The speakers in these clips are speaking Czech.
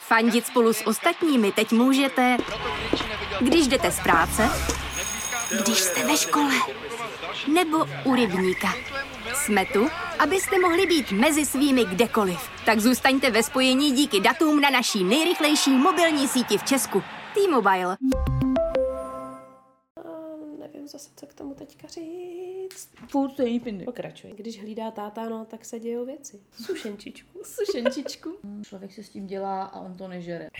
Fandit spolu s ostatními teď můžete, když jdete z práce, když jste ve škole, nebo u rybníka. Jsme tu, abyste mohli být mezi svými kdekoliv. Tak zůstaňte ve spojení díky datům na naší nejrychlejší mobilní síti v Česku. T-Mobile. Nevím zase, co k tomu teďka říct. Pokračuj. Když hlídá táta, no, tak se dějou věci. Sušenčičku. Člověk se s tím dělá a on to nežere.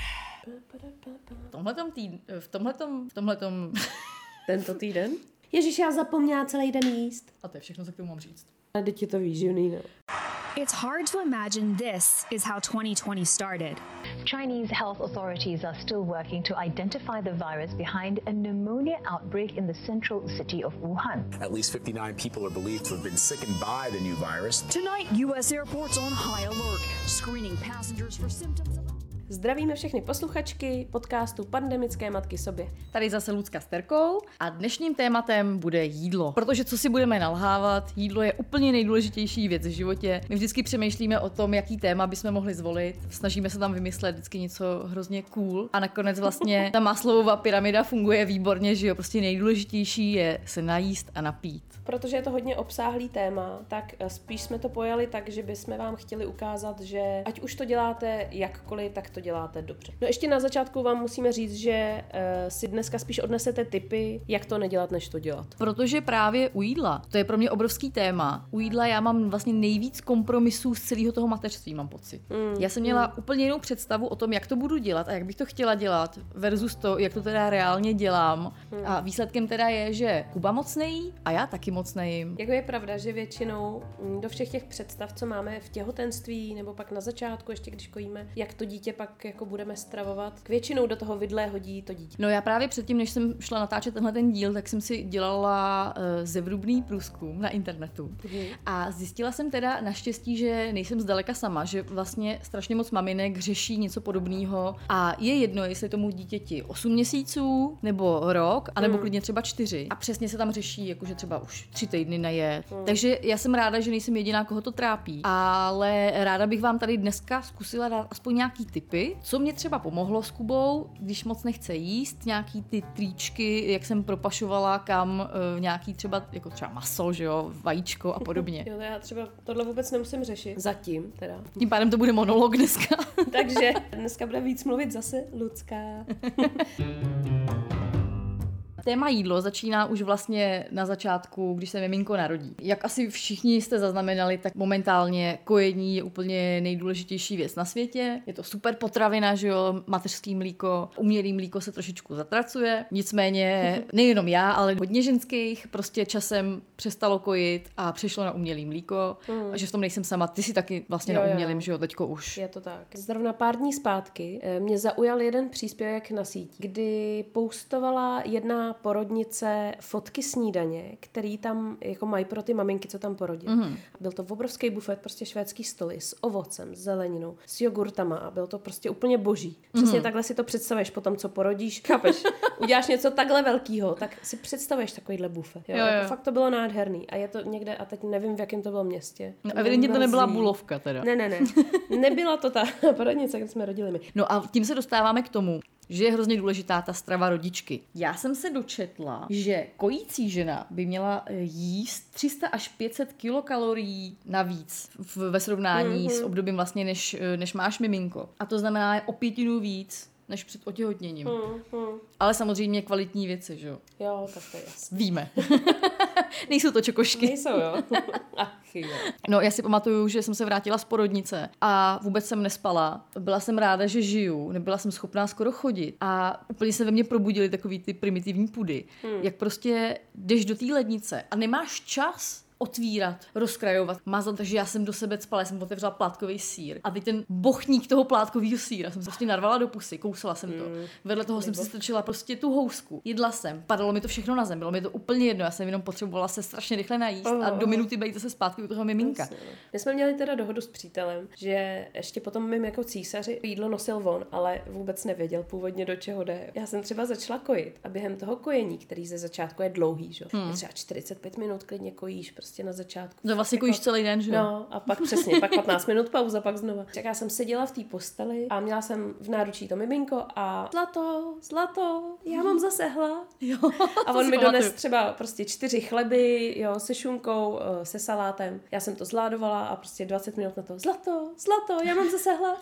V tomhletom... Tento týden? Ježiš, já zapomněla celý den jíst. A to je všechno, co k tomu mám říct. A teď je to výživný, no. It's hard to imagine this is how 2020 started. Chinese health authorities are still working to identify the virus behind a pneumonia outbreak in the central city of Wuhan. At least 59 people are believed to have been sickened by the new virus. Tonight, U.S. airports on high alert, screening passengers for symptoms of... Zdravíme všechny posluchačky podcastu Pandemické matky sobě. Tady zase Lucka s Terkou a dnešním tématem bude jídlo. Protože co si budeme nalhávat, jídlo je úplně nejdůležitější věc v životě. My vždycky přemýšlíme o tom, jaký téma bychom mohli zvolit. Snažíme se tam vymyslet vždycky něco hrozně cool a nakonec vlastně ta Maslowova pyramida funguje výborně, že jo, prostě nejdůležitější je se najíst a napít. Protože je to hodně obsáhlý téma, tak spíš jsme to pojali tak, že bychom vám chtěli ukázat, že ať už to děláte jakkoliv, tak to děláte dobře. No ještě na začátku vám musíme říct, že si dneska spíš odnesete tipy, jak to nedělat, než to dělat. Protože právě u jídla, to je pro mě obrovský téma. U jídla já mám vlastně nejvíc kompromisů z celého toho mateřství, mám pocit. Já jsem měla úplně jinou představu o tom, jak to budu dělat a jak bych to chtěla dělat versus to, jak to teda reálně dělám. A výsledkem teda je, že Kuba moc nejí a já taky moc nejím. Jako je pravda, že většinou do všech těch představ, co máme v těhotenství nebo pak na začátku, ještě když kojíme, jak to dítě pak jako budeme stravovat, k většinou do toho vidle hodí to dítě. No já právě předtím, než jsem šla natáčet tenhle ten díl, tak jsem si dělala zevrubný průzkum na internetu. A zjistila jsem teda naštěstí, že nejsem zdaleka sama, že vlastně strašně moc maminek řeší něco podobného a je jedno, jestli tomu dítěti 8 měsíců nebo rok, anebo klidně třeba 4. A přesně se tam řeší, jakože třeba už 3 týdny nejet. Takže já jsem ráda, že nejsem jediná, koho to trápí, ale ráda bych vám tady dneska zkusila dát aspoň nějaký tipy, co mě třeba pomohlo s Kubou, když moc nechce jíst, nějaký ty tričky, jak jsem propašovala kam nějaký třeba, jako třeba maso, že jo, vajíčko a podobně. Jo, já třeba tohle vůbec nemusím řešit. Zatím teda. Tím pádem to bude monolog dneska. Takže dneska bude víc mluvit zase Lucka. Téma jídlo začíná už vlastně na začátku, když se miminko narodí. Jak asi všichni jste zaznamenali, tak momentálně kojení je úplně nejdůležitější věc na světě. Je to super potravina, že jo, mateřský mlíko, umělý mlíko se trošičku zatracuje. Nicméně nejenom já, ale hodně ženských prostě časem přestalo kojit a přešlo na umělý mlíko. A že v tom nejsem sama. Ty si taky vlastně na umělým, že jo, teďko už. Je to tak. Zrovna pár dní zpátky mě zaujal jeden příspěvek na síti, kdy postovala jedna porodnice fotky snídaně, který tam jako mají pro ty maminky, co tam porodí. Byl to obrovský bufet, prostě švédský stoly s ovocem, s zeleninou, s jogurtama a byl to prostě úplně boží. Přesně takhle si to představuješ po tom, co porodíš. Chápeš? Uděláš něco takhle velkýho, tak si představuješ takovýhle bufet. Jo? Jako fakt to bylo nádherný a je to někde, a teď nevím, v jakém to bylo městě. No, evidentně to nebyla Bulovka teda. Ne. Nebyla to ta porodnice, kde jsme rodili my. No a tím se dostáváme k tomu, že je hrozně důležitá ta strava rodičky. Já jsem se dočetla, že kojící žena by měla jíst 300 až 500 kilokalorií navíc ve srovnání s obdobím vlastně, než máš miminko. A to znamená o 5 víc než před otěhotněním. Ale samozřejmě kvalitní věci, že jo? Jo, tak to je jasný. Víme. Nejsou to čokošky. Nejsou, jo. No, já si pamatuju, že jsem se vrátila z porodnice a vůbec jsem nespala. Byla jsem ráda, že žiju, nebyla jsem schopná skoro chodit a úplně se ve mně probudily takový ty primitivní pudy. Jak prostě jdeš do té lednice a nemáš čas otvírat, rozkrajovat, mazat, takže já jsem do sebe cpala, jsem otevřela plátkový sýr a teď ten bochník toho plátkového sýra jsem prostě narvala do pusy, kousala jsem to. Vedle toho jsem si strčila prostě tu housku, jedla jsem, padalo mi to všechno na zem, bylo mi to úplně jedno, já jsem jenom potřebovala se strašně rychle najíst a do minuty být zase zpátky u toho miminka. My jsme měli teda dohodu s přítelem, že ještě potom mým jako císaři jídlo nosil von, ale vůbec nevěděl původně, do čeho jde. Já jsem třeba začala kojit a během toho kojení, který ze začátku je dlouhý, že? Třeba 45 minut klidně kojíš, prostě prostě na začátku. To vlastně jako celý den, že jo? No a pak přesně, pak 15 minut pauza, pak znova. Tak já jsem seděla v té posteli a měla jsem v náručí to miminko a zlato, já mám zase hlad. Jo, A on mi dones třeba prostě 4 chleby, jo, se šunkou, se salátem. Já jsem to zládovala a prostě 20 minut na to, zlato, já mám zase hlad.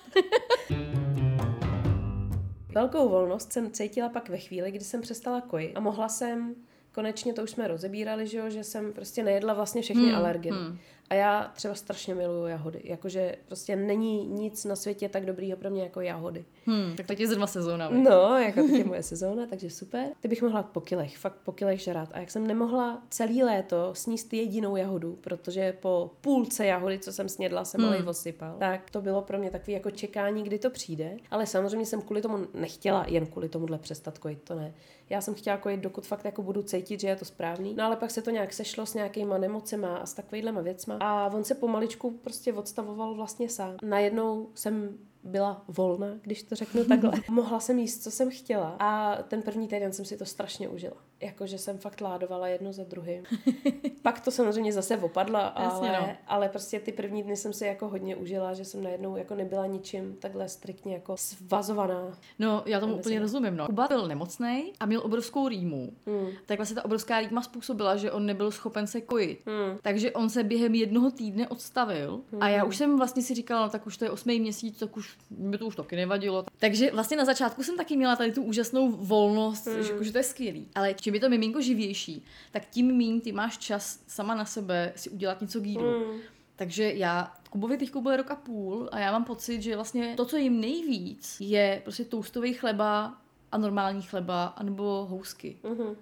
Velkou volnost jsem cítila pak ve chvíli, kdy jsem přestala kojit a mohla jsem, konečně to už jsme rozebírali, že jsem prostě nejedla vlastně všechny alergeny. A já třeba strašně miluju jahody. Jakože prostě není nic na světě tak dobrýho pro mě jako jahody. Tak teď je zrovna sezóna. No, jako teď je moje sezóna, takže super. Ty bych mohla fakt po kilech žrát. A jak jsem nemohla celý léto sníst jedinou jahodu, protože po půlce jahody, co jsem snědla, jsem malej osypal. Tak to bylo pro mě takový jako čekání, kdy to přijde. Ale samozřejmě jsem kvůli tomu nechtěla jen kvůli tomuhle přestat kojit, to ne. Já jsem chtěla kojit, dokud fakt jako budu cítit, že je to správný. No ale pak se to nějak sešlo s nějakýma nemocema a s takovýhlema věcma. A on se pomaličku prostě odstavoval vlastně sám. Najednou jsem byla volná, když to řeknu takhle. Mohla jsem jíst, co jsem chtěla. A ten první týden jsem si to strašně užila. Jakože jsem fakt ládovala jedno za druhým. Pak to samozřejmě zase opadla, ale prostě ty první dny jsem si jako hodně užila, že jsem najednou jako nebyla ničím takhle striktně jako svazovaná. No, já tomu úplně rozumím, no. Kuba byl nemocnej a měl obrovskou rýmu. Tak vlastně ta obrovská rýma způsobila, že on nebyl schopen se kojit. Takže on se během jednoho týdne odstavil a já už jsem vlastně si říkala, no tak už to je 8. měsíc, tak už mi to už taky nevadilo. Takže vlastně na začátku jsem taky měla tady tu úžasnou volnost, že to je skvělý. Ale čím je to miminko živější, tak tím míň ty máš čas sama na sebe si udělat něco k jídlu. Takže Kubovi teďko bude 1,5 roku a já mám pocit, že vlastně to, co jim nejvíc, je prostě toastový chleba a normální chleba, anebo housky.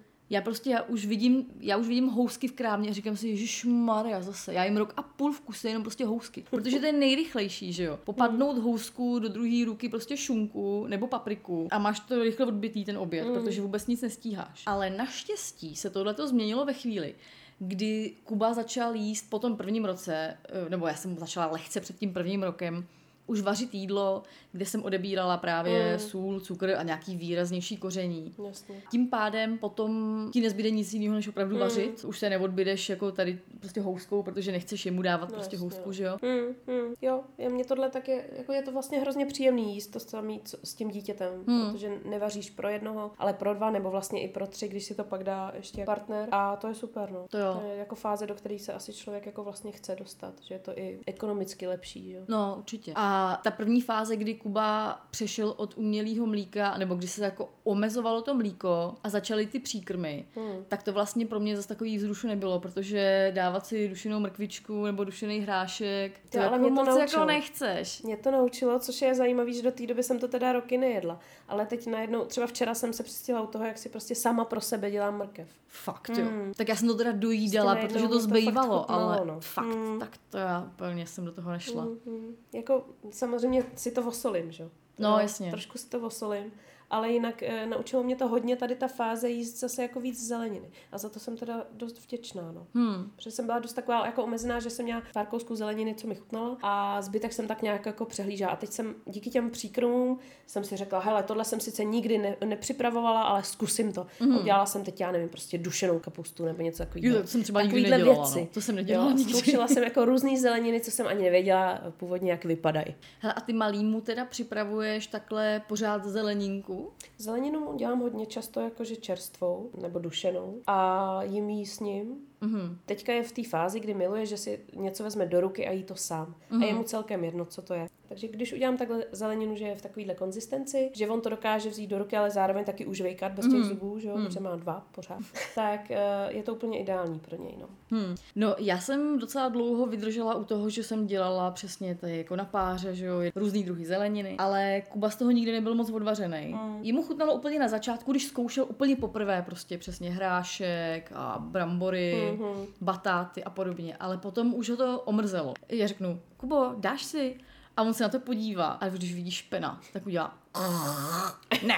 Já už vidím housky v krámě a říkám si, ježišmarja zase, já jim 1,5 roku v kuse jenom prostě housky. Protože to je nejrychlejší, že jo. Popadnout housku do druhé ruky prostě šunku nebo papriku a máš to rychle odbitý ten oběd, protože vůbec nic nestíháš. Ale naštěstí se tohleto změnilo ve chvíli, kdy Kuba začal jíst po tom prvním roce, nebo já jsem začala lehce před tím prvním rokem, už vařit jídlo, kde jsem odebírala právě sůl, cukr a nějaký výraznější koření. Jasně. Tím pádem potom ti nezbyde nic jiného, než opravdu vařit. Už se neodbydeš jako tady prostě houskou, protože nechceš jemu dávat prostě housku, že jo? Jo, mě tohle tak je, jako je to vlastně hrozně příjemný jíst to samý s tím dítětem, protože nevaříš pro jednoho, ale pro 2 nebo vlastně i pro 3, když si to pak dá ještě partner a to je super, no. To je jako fáze, do které se asi člověk jako vlastně chce dostat, že je to i ekonomicky lepší, jo. No, určitě. A ta první fáze, kdy Kuba přešel od umělého mlíka, nebo kdy se jako omezovalo to mlíko a začaly ty příkrmy, tak to vlastně pro mě zase takový vzrušu nebylo, protože dávat si dušenou mrkvičku nebo dušený hrášek, to ale jako moc jako nechceš. Mě to naučilo, což je zajímavé, že do té doby jsem to teda roky nejedla. Ale teď najednou, třeba včera jsem se přistihla u toho, jak si prostě sama pro sebe dělám mrkev. Fakt, jo. Tak já jsem to teda dojídala, protože to zbývalo, ale fakt, tak to já úplně jsem do toho nešla. Jako samozřejmě si to osolím, že? No, jasně. Trošku si to osolím, ale jinak naučilo mě to hodně tady ta fáze jíst zase jako víc zeleniny. A za to jsem teda dost vděčná, no. Protože jsem byla dost taková jako omezená, že jsem měla pár kousků zeleniny, co mi chutnalo a zbytek jsem tak nějak jako přehlížela. A teď jsem díky těm příkrmům jsem si řekla, hele, tohle jsem sice nikdy nepřipravovala, ale zkusím to. A udělala jsem teď, já nevím, prostě dušenou kapustu nebo něco takového. To jsem třeba nikdy nedělala, no. To jsem nedělala nikdy. Zkoušela jsem jako různý zeleniny, co jsem ani nevěděla původně, jak vypadají. Hele, a ty malýmu teda připravuješ takhle pořád zeleninku? Zeleninu dělám hodně často jakože čerstvou nebo dušenou a jim jí s ním. Teďka je v té fázi, kdy miluje, že si něco vezme do ruky a jí to sám. A je mu celkem jedno, co to je. Takže když udělám takhle zeleninu, že je v takovéhle konzistenci, že on to dokáže vzít do ruky, ale zároveň taky užvejkat bez těch zubů, že jo, protože má 2 pořád, tak je to úplně ideální pro něj, no. No, já jsem docela dlouho vydržela u toho, že jsem dělala přesně tady jako na páře, že jo, různý druhy zeleniny, ale Kuba z toho nikdy nebyl moc odvařený. Jemu chutnalo úplně na začátku, když zkoušel úplně poprvé prostě přesně hrášek a brambory, batáty a podobně, ale potom už ho to omrzelo. Já řeknu, Kubo, dáš si? A on se na to podívá a když vidí špena, tak udělá ne.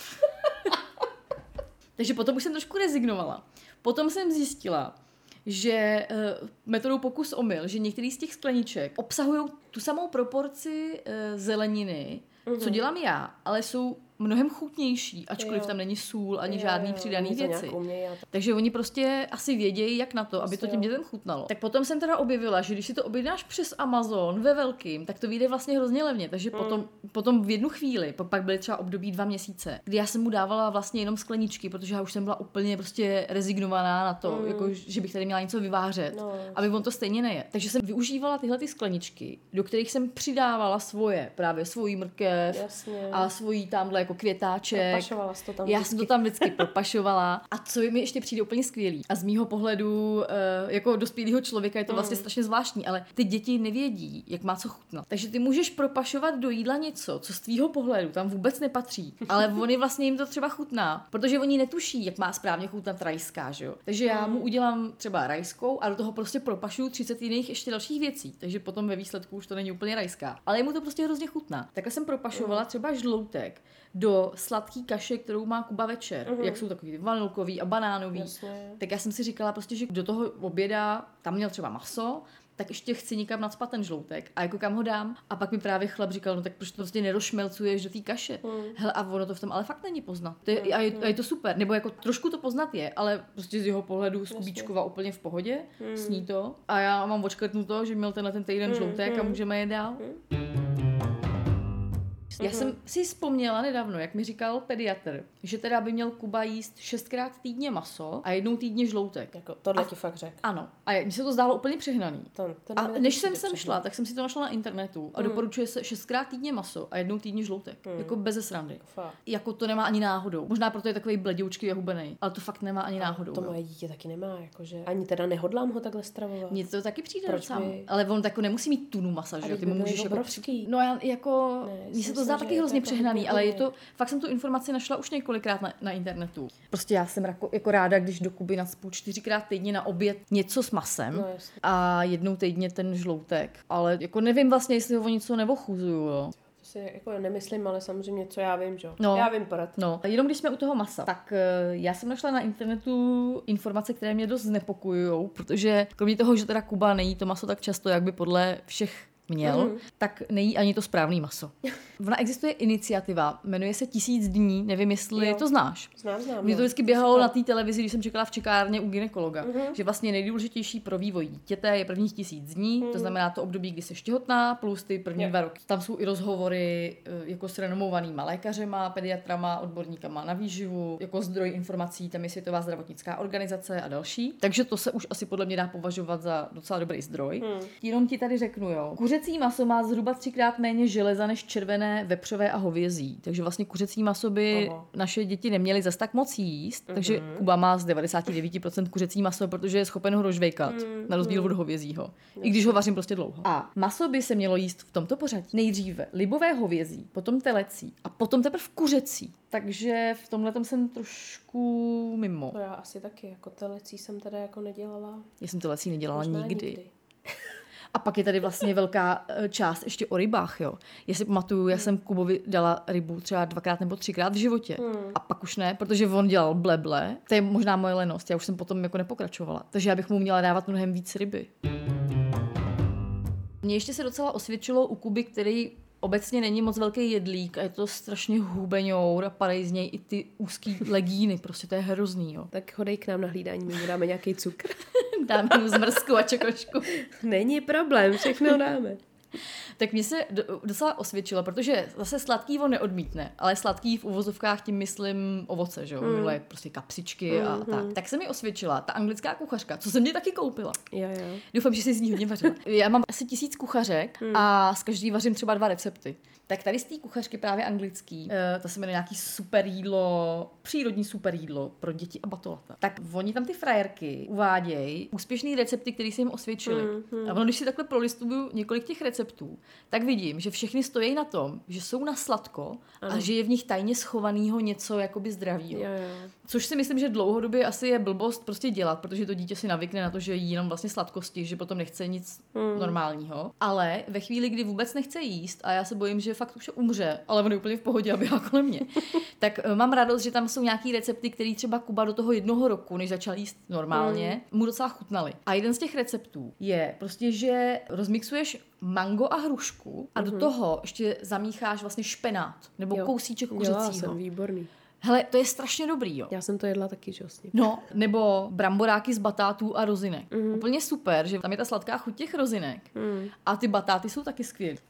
Takže potom už jsem trošku rezignovala. Potom jsem zjistila, že metodou pokus omyl, že některý z těch skleniček obsahují tu samou proporci zeleniny, co dělám já, ale jsou mnohem chutnější, ačkoliv tam není sůl ani žádný přidaný věci. Takže oni prostě asi vědějí, jak na to, aby to těm dětem chutnalo. Tak potom jsem teda objevila, že když si to objednáš přes Amazon ve velkým, tak to vyjde vlastně hrozně levně. Takže potom v jednu chvíli, pak byly třeba období 2 měsíce, kdy já jsem mu dávala vlastně jenom skleničky, protože já už jsem byla úplně prostě rezignovaná na to, jako, že bych tady měla něco vyvářet, aby on to stejně neje. Takže jsem využívala tyhle ty skleničky, do kterých jsem přidávala svoji mrkev a svojí tamhle jako květáček. Propašovala jsi to tam já jsem to tam vždycky propašovala. A co mi ještě přijde úplně skvělý. A z mýho pohledu jako dospělého člověka je to vlastně strašně zvláštní, ale ty děti nevědí, jak má co chutnat. Takže ty můžeš propašovat do jídla něco, co z tvýho pohledu tam vůbec nepatří, ale oni vlastně jim to třeba chutná, protože oni netuší, jak má správně chutnat rajská, že jo. Takže já mu udělám třeba rajskou a do toho prostě propašuju 30 jiných ještě dalších věcí. Takže potom ve výsledku už to není úplně rajská. Ale jemu to prostě hrozně chutná. Takhle jsem propašovala třeba žloutek do sladký kaše, kterou má Kuba večer. Jak jsou takový vanilkový a banánový. Tak já jsem si říkala prostě, že do toho oběda tam měl třeba maso, tak ještě chci někam nacpat ten žloutek a jako kam ho dám. A pak mi právě chlap říkal, no tak proč to prostě nerozšmelcuješ do té kaše. Hele, a ono to v tom ale fakt není poznat. A je to super. Nebo jako trošku to poznat je, ale prostě z jeho pohledu z Kubíčkova úplně v pohodě, sní to. A já mám očkrtnuto, že měl tenhle ten týden žloutek a můžeme je dál. Já jsem si vzpomněla nedávno, jak mi říkal pediatr, že teda by měl Kuba jíst 6krát týdně maso a 1 týdně žloutek. Jako tohle ti fakt řekl. Ano. A mně se to zdálo úplně přehnaný. A než jsem sem šla, tak jsem si to našla na internetu a doporučuje se 6krát týdně maso a 1 týdně žloutek. Jako beze srandy. Jako to nemá ani náhodou. Možná proto je takovej bledoučký a hubenej, ale to fakt nemá ani náhodou. To moje dítě taky nemá, jakože ani teda nehodlám ho takhle stravovat. Mně to taky přijde docela. Ale on tak nemusí mít tunu masa, že? Ty mu můžeš obrovský. No já jako mně se to zdá taky hrozně přehnaný, ale je to, fakt jsem tu informaci našla už několikrát na internetu. Prostě já jsem jako ráda, když do Kuby nacpu 4krát týdně na oběd něco s masem a 1 týdně ten žloutek. Ale jako nevím vlastně, jestli ho o něco neochuzuju, jo. Si jako nemyslím, ale samozřejmě, co já vím, že? Já vím porad. No, jenom když jsme u toho masa, tak já jsem našla na internetu informace, které mě dost znepokojujou, protože kromě toho, že teda Kuba nejí to maso tak často, jak by podle všech měl, tak nejí ani to správný maso. Ona existuje iniciativa, jmenuje se 1000 dní, nevím, jestli to znáš. Znám. Mně to vždycky běhalo na té televizi, když jsem čekala v čekárně u gynekologa, že vlastně nejdůležitější pro vývoj dítěte je prvních 1000 dní, to znamená to období, kdy jsi těhotná, plus ty první 2 roky. Tam jsou i rozhovory jako s renomovanýma lékařema, pediatrama, odborníkama na výživu, jako zdroj informací, tam je Světová zdravotnická organizace a další. Takže to se už asi podle mě dá považovat za docela dobrý zdroj. Jenom ti tady řeknu, jo. Kuřecí maso má zhruba 3krát méně železa než červené, vepřové a hovězí. Takže vlastně kuřecí maso by naše děti neměly zas tak moc jíst. Takže Kuba má z 99% kuřecí maso, protože je schopen ho rožvejkat, na rozdíl od hovězího. I když ho vařím prostě dlouho. A maso by se mělo jíst v tomto pořadí. Nejdříve libové hovězí, potom telecí a potom teprve kuřecí. Takže v tomhletom jsem trošku mimo. To já asi taky, jako telecí jsem teda jako nedělala. Já jsem telecí nedělala nikdy. A pak je tady vlastně velká část ještě o rybách, jo. Já si pamatuju, já jsem Kubovi dala rybu třeba 2krát nebo 3krát v životě. A pak už ne, protože on dělal bleble. To je možná moje lenost, já už jsem potom jako nepokračovala. Takže já bych mu měla dávat mnohem víc ryby. Mně ještě se docela osvědčilo u Kuby, který obecně není moc velký jedlík a je to strašně hubeňour a padají z něj i ty úzký legíny, prostě to je hrozný, jo. Tak hodej k nám na hlídání, my mu dáme nějaký cukr. Dáme mu zmrzku a čokošku. Není problém, všechno dáme. Tak mě se docela osvědčilo, protože zase sladký on neodmítne, ale sladký v uvozovkách tím myslím ovoce, že jo, miluje prostě kapsičky a tak. Tak se mi osvědčila ta anglická kuchařka, co jsem mě taky koupila. Jo. Doufám, že si z ní hodně vařila. Já mám asi 1000 kuchařek a z každý vařím třeba 2 recepty. Tak tady z té kuchařky právě anglický, to se jmenuje nějaký super jídlo, přírodní super jídlo pro děti a batolata. Tak oni tam ty frajerky uvádějí úspěšný recepty, které se jim osvědčily. A ono, když si takhle prolistuju několik těch receptů, tak vidím, že všechny stojí na tom, že jsou na sladko a že je v nich tajně schovanýho něco jakoby zdravýho. Což si myslím, že dlouhodobě asi je blbost prostě dělat, protože to dítě si navykne na to, že jí jenom vlastně sladkosti, že potom nechce nic normálního. Ale ve chvíli, kdy vůbec nechce jíst a já se bojím, že fakt už umře, ale on je úplně v pohodě a běhá kolem mě, tak mám radost, že tam jsou nějaký recepty, který třeba Kuba do toho 1 roku, než začal jíst normálně, mu docela chutnaly. A jeden z těch receptů je prostě, že rozmixuješ mango a hrušku a do toho ještě zamícháš vlastně špenát nebo kousíček kuřecího. Jsem výborný. Hele, to je strašně dobrý, jo. Já jsem to jedla taky, že vlastně. No, nebo bramboráky z batátů a rozinek. Úplně super, že tam je ta sladká chuť těch rozinek. A ty batáty jsou taky skvělé.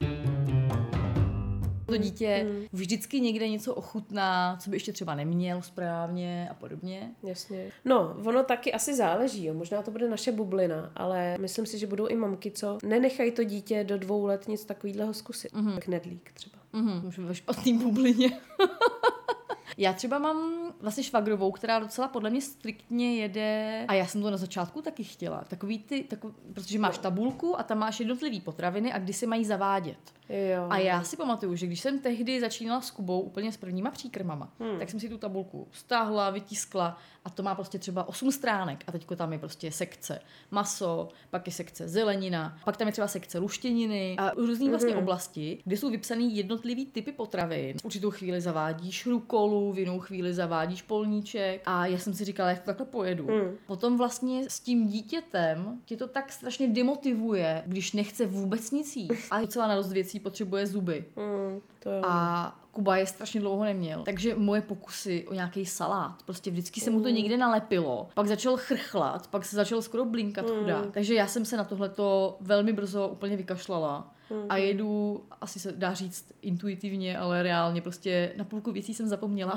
To dítě vždycky někde něco ochutná, co by ještě třeba neměl správně a podobně. Jasně. No, ono taky asi záleží, jo. Možná to bude naše bublina, ale myslím si, že budou i mamky, co nenechají to dítě do 2 let nic takovýhleho zkusit. Jak Nedlík třeba. Už ve špatný bublině. Já třeba mám vlastně švagrovou, která docela podle mě striktně jede, a já jsem to na začátku taky chtěla, protože máš tabulku a tam máš jednotlivý potraviny a kdy se mají zavádět. Jo. A já si pamatuju, že když jsem tehdy začínala s Kubou úplně s prvníma příkrmama, tak jsem si tu tabulku stáhla, vytiskla a to má prostě třeba 8 stránek a teďko tam je prostě sekce maso, pak je sekce zelenina, pak tam je třeba sekce luštěniny a různý vlastně oblasti, kde jsou vypsaný jednotlivý typy potravin. V určitou chvíli zavádíš rukolu, v jinou chvíli zavádíš polníček a já jsem si říkala, jak to takhle pojedu. Potom vlastně s tím dítětem tě to tak strašně demotivuje, když nechce vůbec nic jíst. A docela na dost věcí potřebuje zuby. To jo. A Kuba je strašně dlouho neměl. Takže moje pokusy o nějaký salát, prostě vždycky se mu to někde nalepilo. Pak začal chrchlat, pak se začal skoro blinkat chudák. Takže já jsem se na tohleto velmi brzo úplně vykašlala. A jedu, asi se dá říct intuitivně, ale reálně prostě na půlku věcí jsem zapomněla.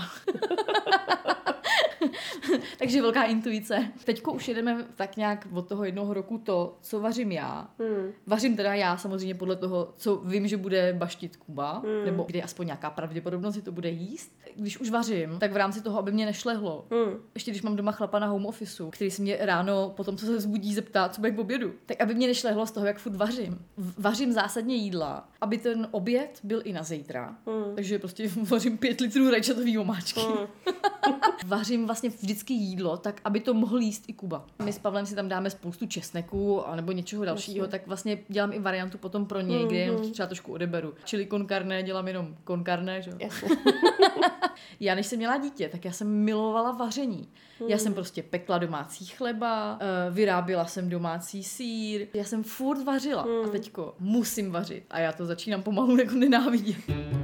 Takže velká intuice. Teďko už jedeme tak nějak od toho 1 roku to, co vařím já. Vařím teda já samozřejmě podle toho, co vím, že bude baštit Kuba, nebo kde je aspoň nějaká pravděpodobnost, že to bude jíst. Když už vařím, tak v rámci toho, aby mě nešlehlo. Ještě když mám doma chlapa na home officeu, který se mě ráno potom, co se vzbudí, zeptá, co bude k obědu, tak aby mě nešlehlo z toho, jak furt vařím. Vařím zásadně jídla, aby ten oběd byl i na zítra. Takže prostě vařím 5 litrů rajčatový omáčky. Vařím vlastně vždycky jídlo, tak aby to mohl jíst i Kuba. My s Pavlem si tam dáme spoustu česneku nebo něčeho dalšího, tak vlastně dělám i variantu potom pro něj, kde jenom třeba trošku odeberu. Čili con carne dělám jenom con carne, že? Já než jsem měla dítě, tak já jsem milovala vaření. Já jsem prostě pekla domácí chleba, vyráběla jsem domácí sýr, já jsem furt vařila a teďko musím vařit a já to začínám pomalu jako nenávidět.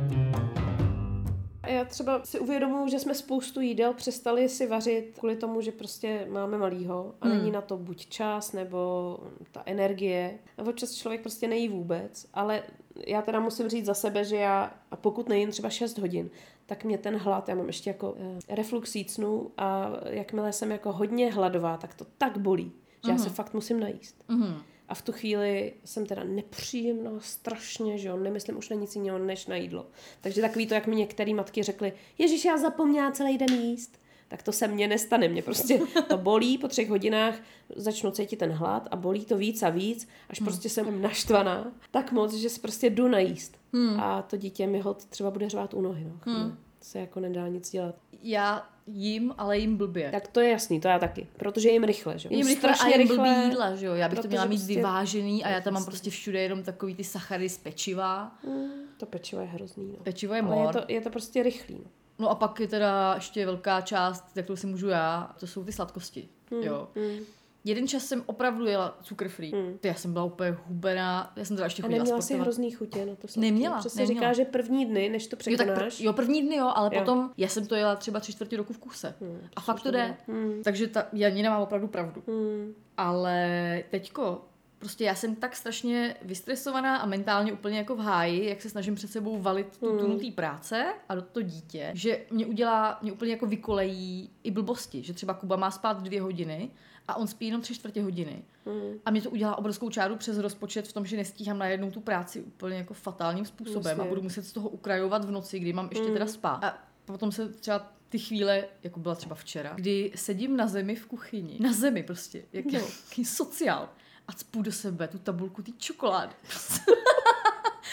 Já třeba si uvědomuji, že jsme spoustu jídel přestali si vařit kvůli tomu, že prostě máme malýho a není na to buď čas nebo ta energie. A občas člověk prostě nejí vůbec, ale já teda musím říct za sebe, že já, a pokud nejím třeba 6 hodin, tak mě ten hlad, já mám ještě jako reflux jícnu a jakmile jsem jako hodně hladová, tak to tak bolí, že já se fakt musím najíst. A v tu chvíli jsem teda nepříjemná strašně, že jo, nemyslím už na nic jiného než na jídlo. Takže takový to, jak mi některé matky řekly, Ježiš, já zapomněla celý den jíst. Tak to se mně nestane, mě prostě to bolí, po 3 hodinách začnu cítit ten hlad a bolí to víc a víc, až prostě jsem naštvaná tak moc, že se prostě jdu najíst. A to dítě mi hod třeba bude řvát u nohy, no. Se jako nedá nic dělat. Já jím, ale jím blbě. Tak to je jasný, to já taky, protože jim rychle, že jo. Jím rychle a jím blbý jídla, že jo. Já bych to měla mít prostě vyvážený a já tam mám prostě všude jenom takový ty sachary z pečiva. To pečivo je hrozný, no. Pečivo je mor. Ale je to prostě rychlý, no. No a pak je teda ještě velká část, kterou si můžu já, to jsou ty sladkosti, jo. Jeden čas jsem opravdu jela cukr free. Já jsem byla úplně hubená, já jsem teda ještě chodila sportovat. A neměla si hrozný chutě na to sladké. Neměla. Přesně říká, že první dny, než to překonáš. Jo, první dny jo, ale potom já jsem to jela třeba 3/4 roku v kuse. A fakt to jde. Takže Janina má opravdu pravdu. Ale teďko, prostě já jsem tak strašně vystresovaná a mentálně úplně jako v háji, jak se snažím před sebou valit tu tunu té práce a do to dítě, že mě úplně jako vykolejí i blbosti, že třeba Kuba má spát 2 hodiny a on spí jenom 3/4 hodiny. A mě to udělá obrovskou čáru přes rozpočet v tom, že nestíhám najednou tu práci úplně jako fatálním způsobem a budu muset z toho ukrajovat v noci, kdy mám ještě teda spát. A potom se třeba ty chvíle, jako byla třeba včera, kdy sedím na zemi v kuchyni. Na zemi prostě, jaký sociál. A cpu do sebe tu tabulku té čokolády.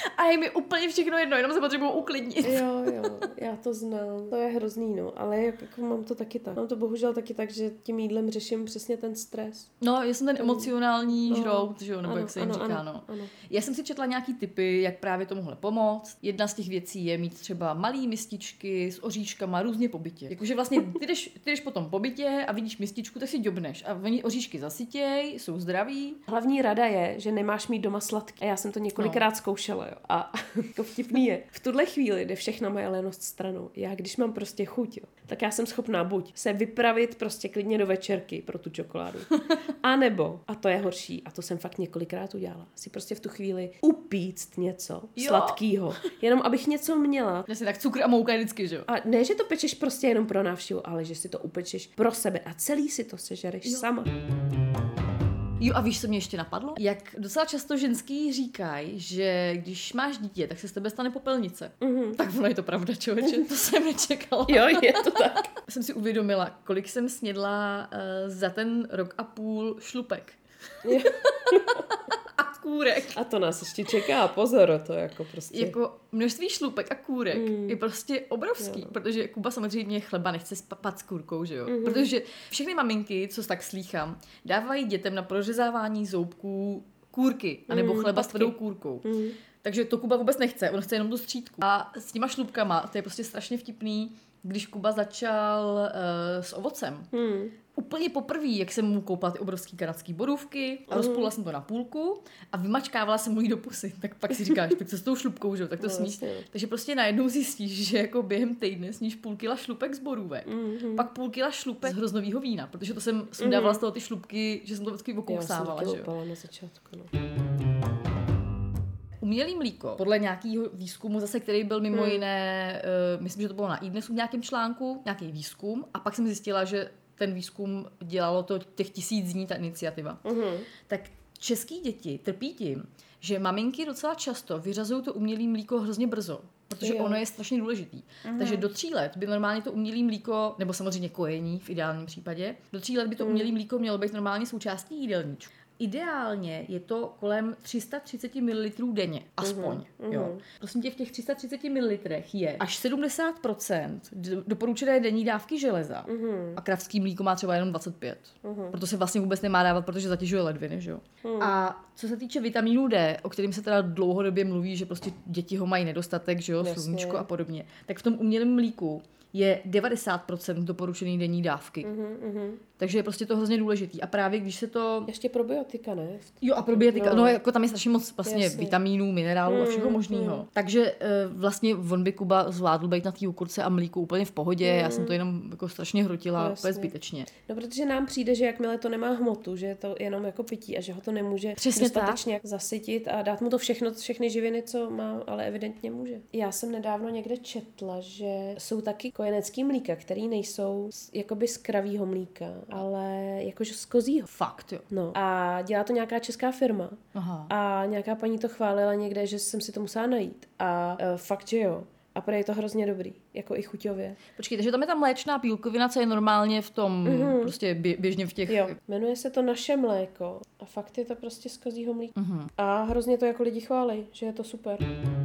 A je mi úplně všechno jedno, jenom se potřebuji uklidnit. Jo, já to znám. To je hrozný, no. Ale jako mám to taky tak. Mám to bohužel taky tak, že tím jídlem řeším přesně ten stres. No, já jsem ten emocionální žrout, že jo, nebo jak se jim říká, no. Ano. Já jsem si četla nějaký tipy, jak právě tomuhle pomoct. Jedna z těch věcí je mít třeba malý mističky s oříškama různě po bytě. Jakože vlastně ty jdeš potom po bytě a vidíš mističku, tak si ďobneš. A oni oříšky zasytěj, jsou zdraví. Hlavní rada je, že nemáš mít doma sladký. A já jsem to několikrát zkoušela, jo. A jako vtipný je, v tuhle chvíli jde všechna moje lenost stranou. Já když mám prostě chuť, jo, tak já jsem schopná buď se vypravit prostě klidně do večerky pro tu čokoládu. A nebo, a to je horší, a to jsem fakt několikrát udělala, si prostě v tu chvíli upíct něco sladkýho. Jenom abych něco měla. Jasně, tak cukr a mouka je vždycky, že jo. A ne, že to pečeš prostě jenom pro návštěvu, ale že si to upečeš pro sebe a celý si to sežereš sama. Jo, a víš, co mě ještě napadlo? Jak docela často ženský říkají, že když máš dítě, tak se z tebe stane popelnice. Tak ono je to pravda, člověče, to jsem nečekala. Jo, je to tak. Jsem si uvědomila, kolik jsem snědla za ten rok a půl šlupek. A kůrek. A to nás ještě čeká, pozor, to jako prostě. Jako množství šlupek a kůrek je prostě obrovský, protože Kuba samozřejmě chleba nechce spapat s kůrkou, že jo? Protože všechny maminky, co tak slýchám, dávají dětem na prořezávání zoubků kůrky, anebo chleba s tvrdou kůrkou. Takže to Kuba vůbec nechce, on chce jenom tu střídku. A s těma šlupkama, to je prostě strašně vtipný, když Kuba začal s ovocem. Úplně poprvé, jak jsem mu koupila ty obrovský kanadský borůvky a rozpůlila jsem to na půlku a vymačkávala jsem mu jí do pusy. Tak pak si říkáš, tak co s tou šlupkou, že? Tak to sníš. Takže prostě najednou zjistíš, že jako během týdne sníš půl kila šlupek z borůvek, pak půl kila šlupek z hroznovýho vína, protože to jsem dávala z toho ty šlupky, že jsem to vždycky okousávala, že jo. Na začátku, no. Umělý mlíko, podle nějakého výzkumu zase, který byl mimo jiné, myslím, že to bylo na iDnesu v nějakém článku, nějaký výzkum, a pak jsem zjistila, že ten výzkum dělalo to těch 1000 dní, ta iniciativa. Tak český děti trpí tím, že maminky docela často vyřazují to umělý mlíko hrozně brzo, protože ono je strašně důležitý. Takže do 3 let by normálně to umělý mlíko, nebo samozřejmě kojení v ideálním případě, do 3 let by to umělý mlíko mělo být normálně součástí jídelníčku. Ideálně je to kolem 330 ml denně, aspoň. Jo. Prosím tě, v těch 330 ml je až 70% doporučené denní dávky železa. A kravský mlíko má třeba jenom 25. Proto se vlastně vůbec nemá dávat, protože zatěžuje ledviny, že jo. A co se týče vitamínu D, o kterým se teda dlouhodobě mluví, že prostě děti ho mají nedostatek, že jo, sluníčko a podobně, tak v tom umělém mlíku je 90% doporučený denní dávky. Takže je prostě to hrozně důležitý. A právě když se to... Ještě probiotika, ne? Jo, a probiotika. No jako tam je strašně moc vlastně vitamínů, minerálů a všeho možného. Takže vlastně on by Kuba zvládl být na té okurce a mlíku úplně v pohodě. Já jsem to jenom jako strašně hrotila úplně zbytečně. No, protože nám přijde, že jakmile to nemá hmotu, že je to jenom jako pití a že ho to nemůže dostatečně zasytit a dát mu to všechny živiny, co má, ale evidentně může. Já jsem nedávno někde četla, že jsou taky kojenecký mlíka, který nejsou jakoby z kravýho mlíka, ale jakože z kozího. Fakt, jo. No. A dělá to nějaká česká firma. Aha. A nějaká paní to chválila někde, že jsem si to musela najít. A fakt, že jo. A prý je to hrozně dobrý, jako i chuťově. Počkej, takže tam je ta mléčná bílkovina, co je normálně v tom, prostě běžně v těch... Jo, jmenuje se to Naše mléko a fakt je to prostě z kozího mlíka. A hrozně to jako lidi chválí, že je to super.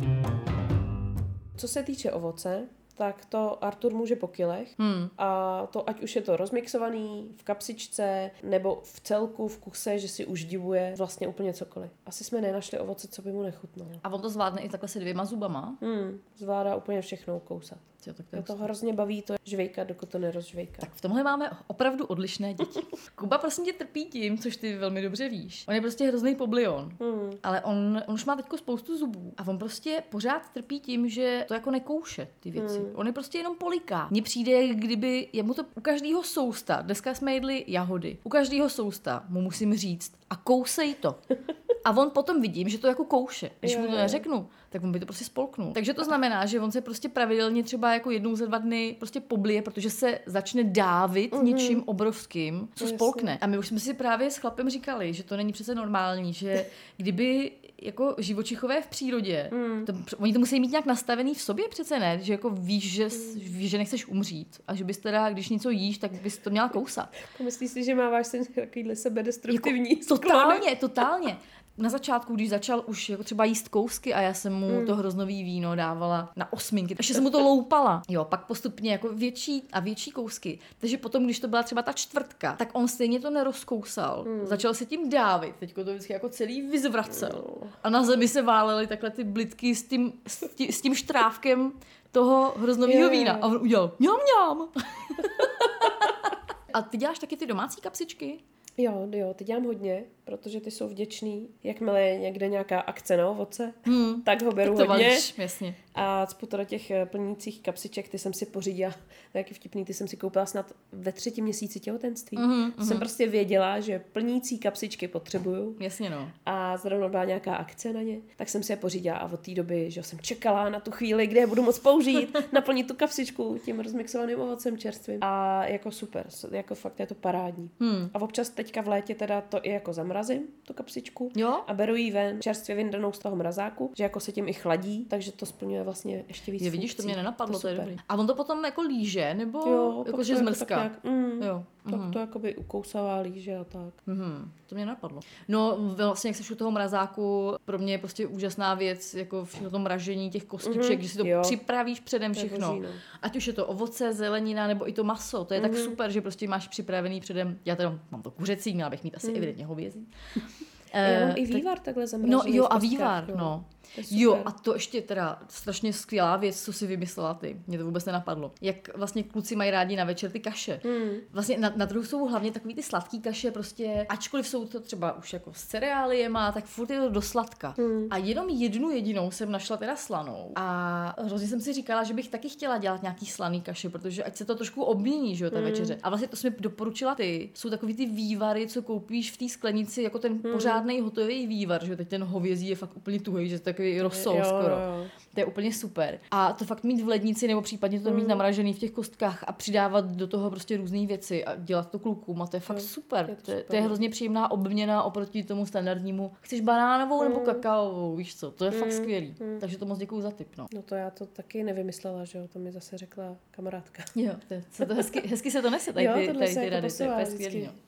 Co se týče ovoce, tak to Artur může po kilech a to ať už je to rozmixovaný v kapsičce nebo v celku, v kuse, že si už divuje vlastně úplně cokoliv. Asi jsme nenašli ovoce, co by mu nechutnalo. A on to zvládne i takhle se 2 zubama? Zvládá úplně všechno ukousat. Jo, tak to hrozně baví to žvejkat, dokud to nerozžvejká. Tak v tomhle máme opravdu odlišné děti. Kuba prosím tě trpí tím, což ty velmi dobře víš. On je prostě hrozný poblion. Ale on už má teďko spoustu zubů a on prostě pořád trpí tím, že to jako nekouše ty věci. On je prostě jenom poliká. Mně přijde, kdyby jemu to u každého sousta, dneska jsme jedli jahody, u každého sousta mu musím říct a kousej to. A on potom vidím, že to jako kouše. Když mu to neřeknu, tak on by to prostě spolknul. Takže to znamená, že on se prostě pravidelně třeba jako 1 za 2 dny prostě poblije, protože se začne dávit něčím obrovským, co spolkne. A my už jsme si právě s chlapem říkali, že to není přece normální, že kdyby jako živočichové v přírodě, oni to musí mít nějak nastavený v sobě přece, ne? Že jako víš, že nechceš umřít a že bys teda, když něco jíš, tak bys to měla kousat. Myslíš si, že máváš ten takovýhle sebedestruktivní jako, totálně. na začátku, když začal už jako třeba jíst kousky a já jsem mu to hroznový víno dávala na 8, ještě jsem mu to loupala. Jo, pak postupně jako větší a větší kousky. Takže potom, když to byla třeba ta 4, tak on stejně to nerozkousal. Začal se tím dávit. Teďko to vždycky jako celý vyzvracel. A na zemi se válely takhle ty blitky s tím štrávkem toho hroznového vína. A on udělal mňam. A ty děláš taky ty domácí kapsičky? Jo, ty dělám hodně, protože ty jsou vděčný. Jakmile je někde nějaká akce na ovoce, tak ho beru tak to hodně. Valíš, jasně. A cpu to do těch plnících kapsiček, ty jsem si pořídila, taky vtipný, ty jsem si koupila snad ve 3. měsíci těhotenství. Jsem prostě věděla, že plnící kapsičky potřebuju. Jasně, no. A zrovna byla nějaká akce na ně, tak jsem si je pořídila a od té doby, že jsem čekala na tu chvíli, kdy je budu moct použít, naplnit tu kapsičku tím rozmixovaným ovocem čerstvým. A jako super, jako fakt je to parádní. A občas teďka v létě teda to i jako zamrazím, tu kapsičku. Jo? A beru ji ven, čerstvě vyndanou z toho mrazáku, že jako se tím i chladí, takže to splňuje vlastně ještě víc Vidíš, to funkcí. mě nenapadlo, to je super. dobrý. A on to potom jako líže, nebo Jo, jako pak že to zmrzká? tak nějak, Jo. tak to jakoby ukousává líže a tak. To mě napadlo. No vlastně, jak seš u toho mrazáku, pro mě je prostě úžasná věc, jako všechno to mražení těch kostiček, že si to připravíš předem všechno. boží, no. Ať už je to ovoce, zelenina, nebo i to maso. To je tak super, že prostě máš připravený předem. Já teda mám to kuřecí, měla bych mít asi evidentně hovězí. Já mám i vývar takhle zamražený. No jo, v a kostkách, vývar, jo. no. To je super. Jo, a to ještě teda strašně skvělá věc, co si vymyslela ty. Mě to vůbec nenapadlo. Jak vlastně kluci mají rádi na večer ty kaše. Vlastně na druhu jsou hlavně takový ty sladký kaše, prostě, ačkoliv jsou to třeba už jako s cereáliema, tak furt je to do sladka. A jenom jednu jedinou jsem našla teda slanou. A hrozně jsem si říkala, že bych taky chtěla dělat nějaký slaný kaše, protože ať se to trošku obmění, že jo, ta večeře. A vlastně to jsi mi doporučila ty. Jsou takový ty vývary, co koupíš v té sklenici, jako ten pořádný hotový vývar, že jo, teď ten hovězí je fakt úplně tuhej, že to takový rosol skoro. Jo. To je úplně super. A to fakt mít v lednici nebo případně to mít namražený v těch kostkách a přidávat do toho prostě různé věci a dělat to klukům a to je fakt super. To je hrozně příjemná obměna oproti tomu standardnímu. Chceš banánovou nebo kakaovou, víš co? To je fakt skvělý. Takže to moc děkuju za tip, no. No to já to taky nevymyslela, že jo, to mi zase řekla kamarádka. Jo, to hezky se to nese, tady ty rady, to je skvělý, no.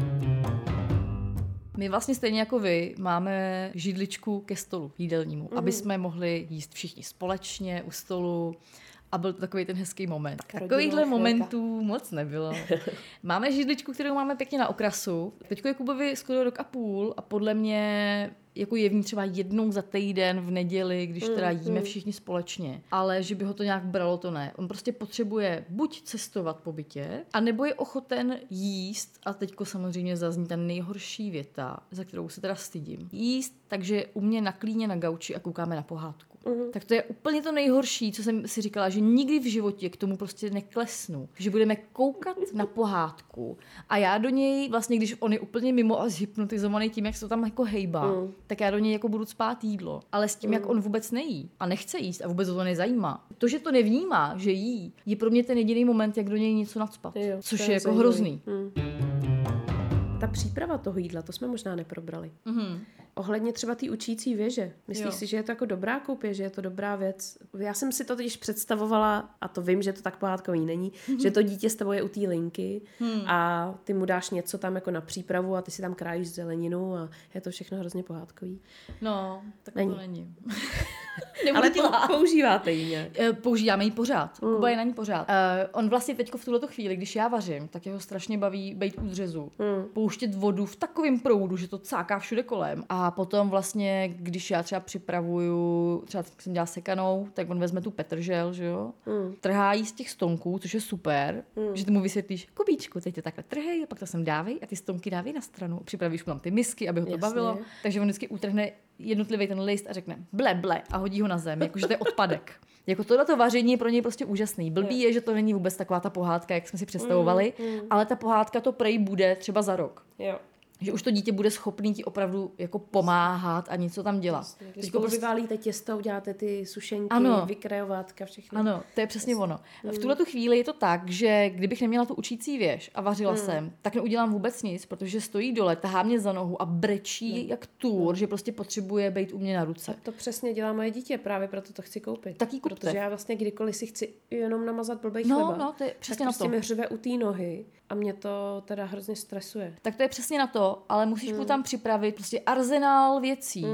My vlastně stejně jako vy máme židličku ke stolu jídelnímu, aby jsme mohli jíst všichni společně u stolu a byl to takový ten hezký moment. Takovýchhle momentů moc nebylo. Máme židličku, kterou máme pěkně na okrasu. Teďko je Kubovi skoro 1,5 roku a podle mě jako je v ní třeba jednou za týden v neděli, když teda jíme všichni společně. Ale že by ho to nějak bralo, to ne. On prostě potřebuje buď cestovat po bytě, anebo je ochoten jíst, a teďko samozřejmě zazní ta nejhorší věta, za kterou se teda stydím. Jíst, takže u mě na klíně na gauči a koukáme na pohádku. Tak to je úplně to nejhorší, co jsem si říkala, že nikdy v životě k tomu prostě neklesnu. Že budeme koukat na pohádku a já do něj, vlastně když on je úplně mimo a zhypnotizovaný tím, jak se to tam jako hejbá, tak já do něj jako budu spát jídlo. Ale s tím, jak on vůbec nejí a nechce jíst a vůbec ho to nezajímá. To, že to nevnímá, že jí, je pro mě ten jediný moment, jak do něj něco nacpat. Což je jako hrozný. Ta příprava toho jídla, to jsme možná neprobrali. Ohledně třeba té učící věže. Myslíš si, že je to jako dobrá koupě, že je to dobrá věc? Já jsem si to totiž představovala, a to vím, že to tak pohádkový není, že to dítě s tebou je u té linky a ty mu dáš něco tam jako na přípravu a ty si tam krájíš zeleninu a je to všechno hrozně pohádkový. No, tak to není. Ale používáte ji nějak? Používáme ji pořád. Kuba je na ní pořád. On vlastně teďko v tuhleto chvíli, když já vařím, tak jeho strašně baví bejt u dřezu. Pouštět vodu v takovém proudu, že to cáká všude kolem. A potom vlastně, když já třeba připravuju, třeba jsem dělala sekanou, tak on vezme tu petržel, že jo? Trhá jí z těch stonků, což je super, že ty mu vysvětlíš, Kubíčku, teď to takhle trhej, a pak to sem dávej a ty stonky dávej na stranu. Připravíš mu tam ty misky, aby ho to bavilo. Takže on vždycky utrhne jednotlivý ten list a řekne ble a hodí ho na zem, jakože to je odpadek. Jako tohleto vaření je pro něj prostě úžasný. Blbý je, že to není vůbec taková ta pohádka, jak jsme si představovali, ale ta pohádka to prej bude třeba za rok. Jo. Že už to dítě bude schopný ti opravdu jako pomáhat a něco tam dělat. Když vyválíte těsto, uděláte ty sušenky, vykrajovátka, všechno. Ano, to je přesně ono. V tuhletu chvíli je to tak, že kdybych neměla tu učící věž a vařila jsem, tak neudělám vůbec nic, protože stojí dole, tahá mě za nohu a brečí jak tůr, že prostě potřebuje být u mě na ruce. A to přesně dělá moje dítě, právě proto to chci koupit. Tak jí kupte. Protože já vlastně kdykoliv si chci jenom namazat blbej chleba, no, to je přesně tak prostě mi řve u té nohy A mě to teda hrozně stresuje. Tak to je přesně na to, ale musíš mu tam připravit prostě arzenál věcí.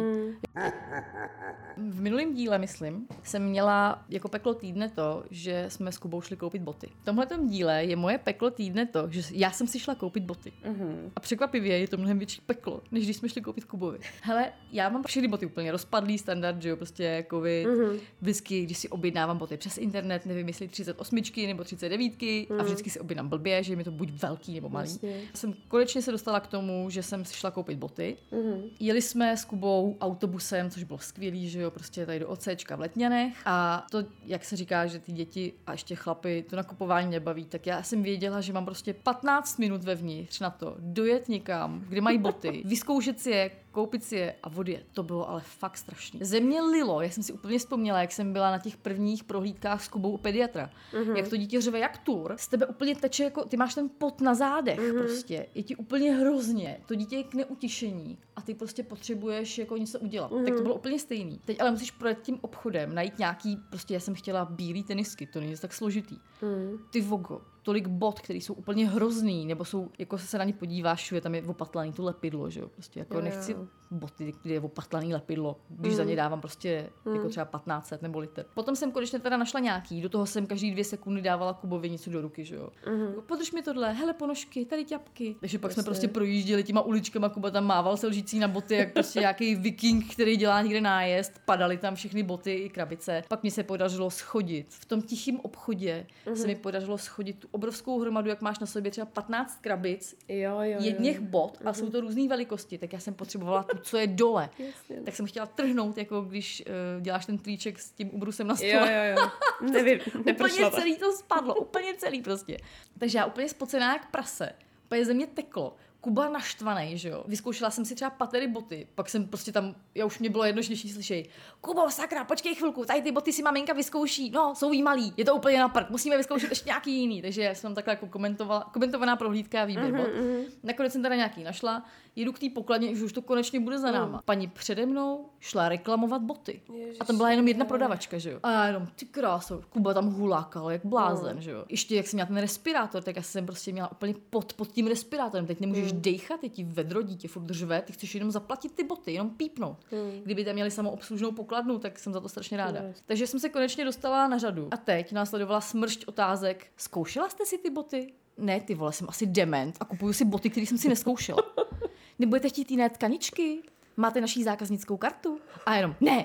V minulém díle, myslím, jsem měla jako peklo týdne to, že jsme s Kubou šli koupit boty. V tomhletom díle je moje peklo týdne to, že já jsem si šla koupit boty. A překvapivě je to mnohem větší peklo, než když jsme šli koupit Kubovi. Hele, já mám všechny boty úplně rozpadlý standard, že jo, prostě jako vy vždycky, když si objednávám boty přes internet, nevím, jestli 38 nebo 39 a vždycky si objednám blbě, že mi to buď velký nebo malý. Jsem konečně se dostala k tomu, že jsem si šla koupit boty. Jeli jsme s Kubou autobusem, což bylo skvělý, že jo, prostě tady do Océčka v Letňanech. A to, jak se říká, že ty děti a ještě chlapy to nakupování nebaví, tak já jsem věděla, že mám prostě 15 minut vevnitř na to dojet někam, kde mají boty, vyzkoušet si je, koupit si je a odjet. To bylo ale fakt strašný. Ze mě lilo, já jsem si úplně vzpomněla, jak jsem byla na těch prvních prohlídkách s Kubou u pediatra. Jak to dítě řve jak tur, z tebe úplně teče, jako ty máš ten pot na zádech prostě. Je ti úplně hrozně. To dítě je k neutišení a ty prostě potřebuješ jako něco udělat. Tak to bylo úplně stejný. Teď ale musíš projet tím obchodem, najít nějaký, prostě já jsem chtěla bílý tenisky, to není tak složitý. Ty vogo, tolik bot, které jsou úplně hrozný, nebo jsou, jako se na ně podíváš, je tam je opatlaný to lepidlo, že jo, prostě jako nechci boty, kde je opatlaný lepidlo, když za ně dávám prostě jako třeba 1500 nebo liter. Potom jsem konečně teda našla nějaký, do toho jsem každý 2 sekundy dávala Kubovi něco do ruky, že jo. Jako, podrž mi tohle, hele ponožky, tady ťapky. Takže pak jsme prostě projížděli těma uličkama, Kuba tam mával se lžící na boty, jak prostě nějaký viking, který dělá někde nájezd, padaly tam všechny boty i krabice. Pak mi se podařilo schodit. V tom tichém obchodě se mi podařilo schodit tu obrovskou hromadu, jak máš na sobě třeba 15 krabic, jedněch bot a jsou to různé velikosti, tak já jsem potřebovala tu, co je dole. Tak jsem chtěla trhnout, jako když děláš ten triček s tím ubrusem na stole. Nevím, úplně celý to spadlo, úplně celý prostě. Takže já úplně spocená jak prase, úplně ze mě teklo. Kuba naštvanej, že jo. Vyzkoušela jsem si třeba patery boty, pak jsem prostě tam, já už mě bylo jedno, že slyšej, Kubo, sakra, počkej chvilku, tady ty boty si maminka vyzkouší, no, jsou jí malý, je to úplně na prd, musíme vyzkoušet ještě nějaký jiný, takže jsem tam takhle jako komentovaná prohlídka a výběr bot. Nakonec jsem teda nějaký našla, jedu k té pokladně, že už to konečně bude za náma. Paní přede mnou šla reklamovat boty. A tam byla jenom jedna prodavačka, že jo. A já jenom, ty kráso, Kuba tam hulákal, jak blázen, že jo. Ještě jak jsem měla ten respirátor, tak já jsem prostě měla úplně pod tím respirátorem. Teď nemůžeš dejchat, je ti vedro, dítě furt řve, ty chceš jenom zaplatit ty boty, jenom pípnout. Kdyby tam měli samoobslužnou pokladnu, tak jsem za to strašně ráda. Takže jsem se konečně dostala na řadu. A teď následovala smršť otázek. Zkoušela jste si ty boty? Ne, ty vole, jsem asi dement a kupuju si boty, které jsem si neskoušela. Nebudete chtít jiné tkaničky? Máte naší zákaznickou kartu? A jenom, ne.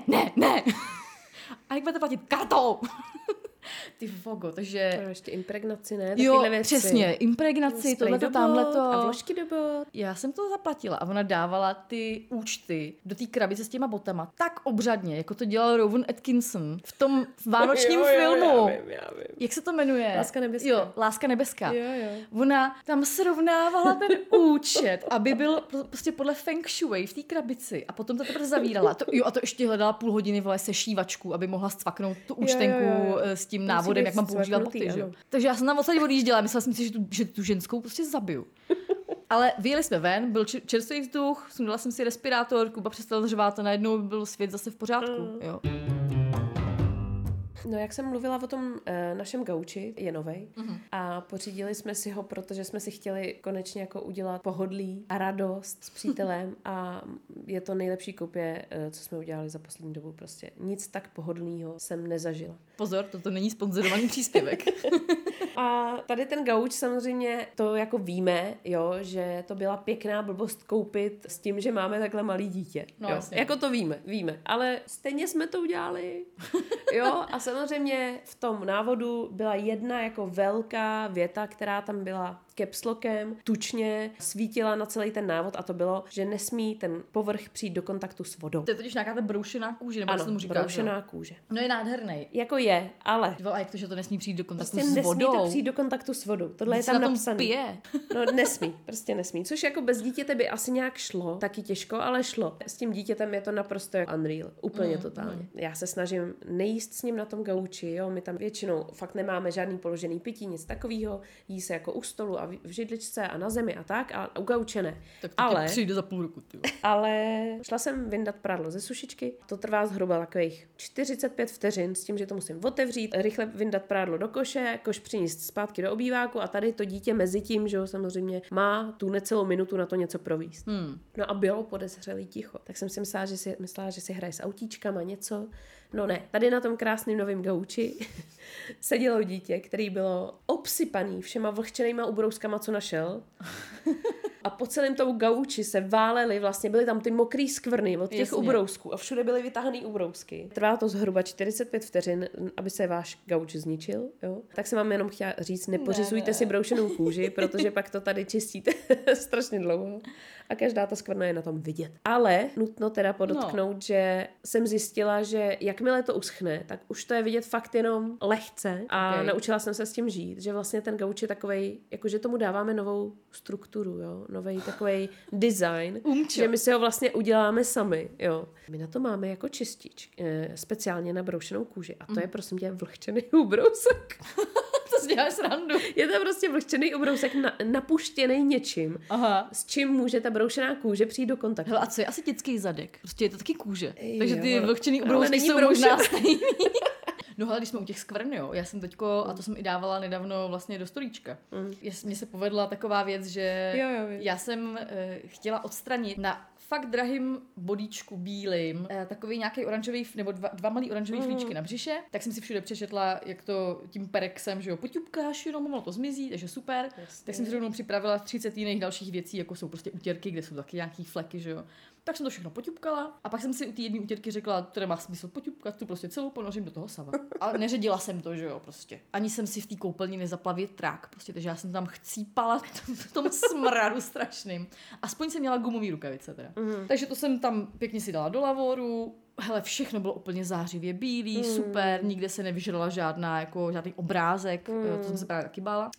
A jak budete platit? Kartou! Ty vogo, takže... A ještě impregnaci, ne? Jo, přesně, impregnaci, tohleto, tamhleto. A vložky do bot. Já jsem to zaplatila a ona dávala ty účty do té krabice s těma botama tak obřadně, jako to dělal Rowan Atkinson v tom vánočním filmu. Já vím. Jak se to jmenuje? Láska nebeská. Jo, Láska nebeská. Jo. Ona tam srovnávala ten účet, aby byl prostě podle feng shui v té krabici a potom to teprve zavírala. A to ještě hledala půl hodiny, vole, sešívačku, aby mohla scvaknout tu účtenku s tím návodem, jak mám používat boty. Že? Takže já jsem tam odsaď odjížděla, myslela jsem si, že tu ženskou prostě zabiju. Ale vyjeli jsme ven, byl čerstvý vzduch, sundala jsem si respirátor, Kuba přestal řvát a najednou byl svět zase v pořádku. Jo. No, jak jsem mluvila o tom našem gauči, je novej, a pořídili jsme si ho, protože jsme si chtěli konečně jako udělat pohodlí a radost s přítelem a je to nejlepší koupě, co jsme udělali za poslední dobu. Prostě nic tak pohodlného jsem nezažila. Pozor, toto není sponzorovaný příspěvek. A tady ten gauč samozřejmě, to jako víme, jo, že to byla pěkná blbost koupit s tím, že máme takhle malý dítě. No, jo. Jako to víme. Ale stejně jsme to udělali. Jo, a samozřejmě v tom návodu byla jedna jako velká věta, která tam byla capslokem, tučně svítila na celý ten návod a to bylo, že nesmí ten povrch přijít do kontaktu s vodou. To je totiž nějaká ta broušená kůže, nebo ano, co tomu říká, broušená kůže. No je nádherný. Jako je, ale... A jak to, že to nesmí přijít do kontaktu prostě s vodou? Nesmí to přijít do kontaktu s vodou. Tohle je tam napsané. Pije. No nesmí, prostě nesmí. Což jako bez dítěte by asi nějak šlo, taky těžko, ale šlo. S tím dítětem je to naprosto jako unreal, úplně totálně. Já se snažím nejíst s ním na tom gauči, jo, my tam většinou fakt nemáme žádný položený pití, nic takového, jí se jako u stolu a v židličce a na zemi a tak, a u gauče ne. Tak to ale přijde za půl roku, ty. Ale šla jsem vyndat prádlo ze sušičky, to trvá zhruba takových 45 vteřin s tím, že to musím otevřít, rychle vyndat prádlo do koše, koš přinést zpátky do obýváku a tady to dítě mezi tím, že jo, samozřejmě má tu necelou minutu na to něco províst. No a bylo podezřelý ticho. Tak jsem si myslela, že si hraje s autíčkama něco. No ne, tady na tom krásném novém gauči sedělo dítě, který bylo obsypaný všema vlhčenýma ubrouskama, co našel. A po celém tomu gauči se válely, vlastně byly tam ty mokrý skvrny od těch ubrousků a všude byly vytahaný ubrousky. Trvá to zhruba 45 vteřin, aby se váš gauč zničil. Jo? Tak jsem vám jenom chtěla říct, nepořizujte si broušenou kůži, protože pak to tady čistíte strašně dlouho a každá ta skvrna je na tom vidět. Ale nutno teda podotknout, že jsem zjistila, že jakmile to uschne, tak už to je vidět fakt jenom lehce a naučila jsem se s tím žít, že vlastně ten gauč je takovej, jakože tomu dáváme novou strukturu, jo? Nový takový design, že my si ho vlastně uděláme sami, jo. My na to máme jako čistič, speciálně na broušenou kůži a to je prosím tě vlhčený ubrousek. To si děláš srandu. Je to prostě vlhčený ubrousek napuštěný něčím, s čím může ta broušená kůže přijít do kontaktu. Hele, a co je asiatický zadek? Prostě je to taky kůže. Takže ty vlhčený ubrousky jsou možná stejný. No ale když jsme u těch skvrn, jo, já jsem teďko, a to jsem i dávala nedávno vlastně do storíčka. Mně se povedla taková věc, že já jsem chtěla odstranit na fakt drahým bodíčku bílým takový nějaký oranžový, nebo dva malý oranžový flíčky na břiše, tak jsem si všude přečetla, jak to tím perexem, že jo, poťupkáš, jenom ono to zmizí, takže super. Jasně. Tak jsem si rovnou připravila 30 jiných dalších věcí, jako jsou prostě utěrky, kde jsou taky nějaký fleky, že jo. Tak jsem to všechno poťupkala a pak jsem si u té jedné utěrky řekla, to nemá smysl poťupkat, tu prostě celou ponořím do toho sava. A neředila jsem to, že jo, prostě. Ani jsem si v té koupelně nezaplavit trák, prostě, takže já jsem tam chcípala v tom smradu strašným. Aspoň jsem měla gumový rukavice teda. Takže to jsem tam pěkně si dala do lavoru. Hele, všechno bylo úplně zářivě bílý, super, nikde se nevyžrala žádný obrázek, to jsem se právě taky bála.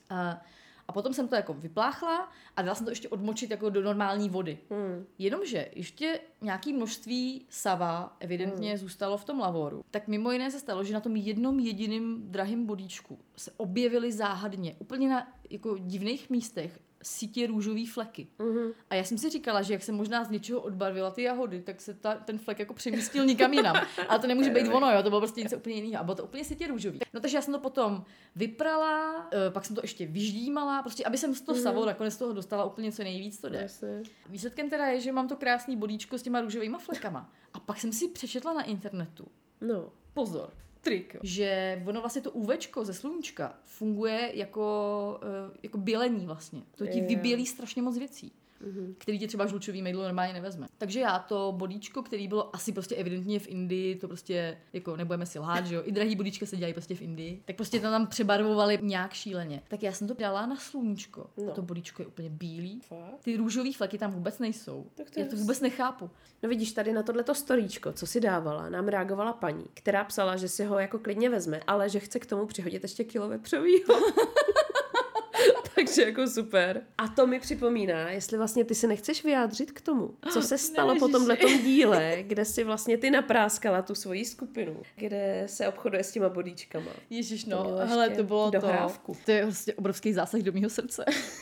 A potom jsem to jako vypláchla a dala jsem to ještě odmočit jako do normální vody. Jenomže ještě nějaké množství sava evidentně zůstalo v tom lavoru. Tak mimo jiné se stalo, že na tom jednom jediném drahém bodíčku se objevily záhadně úplně na jako divných místech sítě růžový fleky. A já jsem si říkala, že jak jsem možná z něčeho odbarvila ty jahody, tak se ten flek jako přemístil nikam jinam. Ale to nemůže být ono, jo, to bylo prostě něco úplně jiného. A bylo to úplně sítě růžový. No takže já jsem to potom vyprala, pak jsem to ještě vyždímala, prostě aby jsem z toho savo nakonec toho dostala úplně co nejvíc to jde. Výsledkem teda je, že mám to krásný bodíčko s těma růžovýma flekama. A pak jsem si přečetla na internetu. No, pozor. Trik, že ono vlastně to UVčko ze sluníčka funguje jako bělení vlastně. To ti vybělí strašně moc věcí, který ti třeba žlučový mejdlo normálně nevezme. Takže já to bodíčko, který bylo asi prostě evidentně v Indii, to prostě jako nebudeme si lhát, že jo, i drahý bodíčka se dělají prostě v Indii, tak prostě tam přebarvovali nějak šíleně. Tak já jsem to dala na sluníčko. No. To bodíčko je úplně bílý. Ty růžový fleky tam vůbec nejsou. Já to vůbec nechápu. No vidíš, tady na tohleto storíčko, co si dávala, nám reagovala paní, která psala, že si ho jako klidně vezme, ale že chce k tomu přihodit ještě kilo vepřovýho. Takže jako super. A to mi připomíná, jestli vlastně ty se nechceš vyjádřit k tomu, co se stalo po tomhletom díle, kde si vlastně ty napráskala tu svoji skupinu, kde se obchoduje s těma bodíčkama. Ježiš, no, hele, to bylo dohrávku. To je vlastně obrovský zásah do mýho srdce.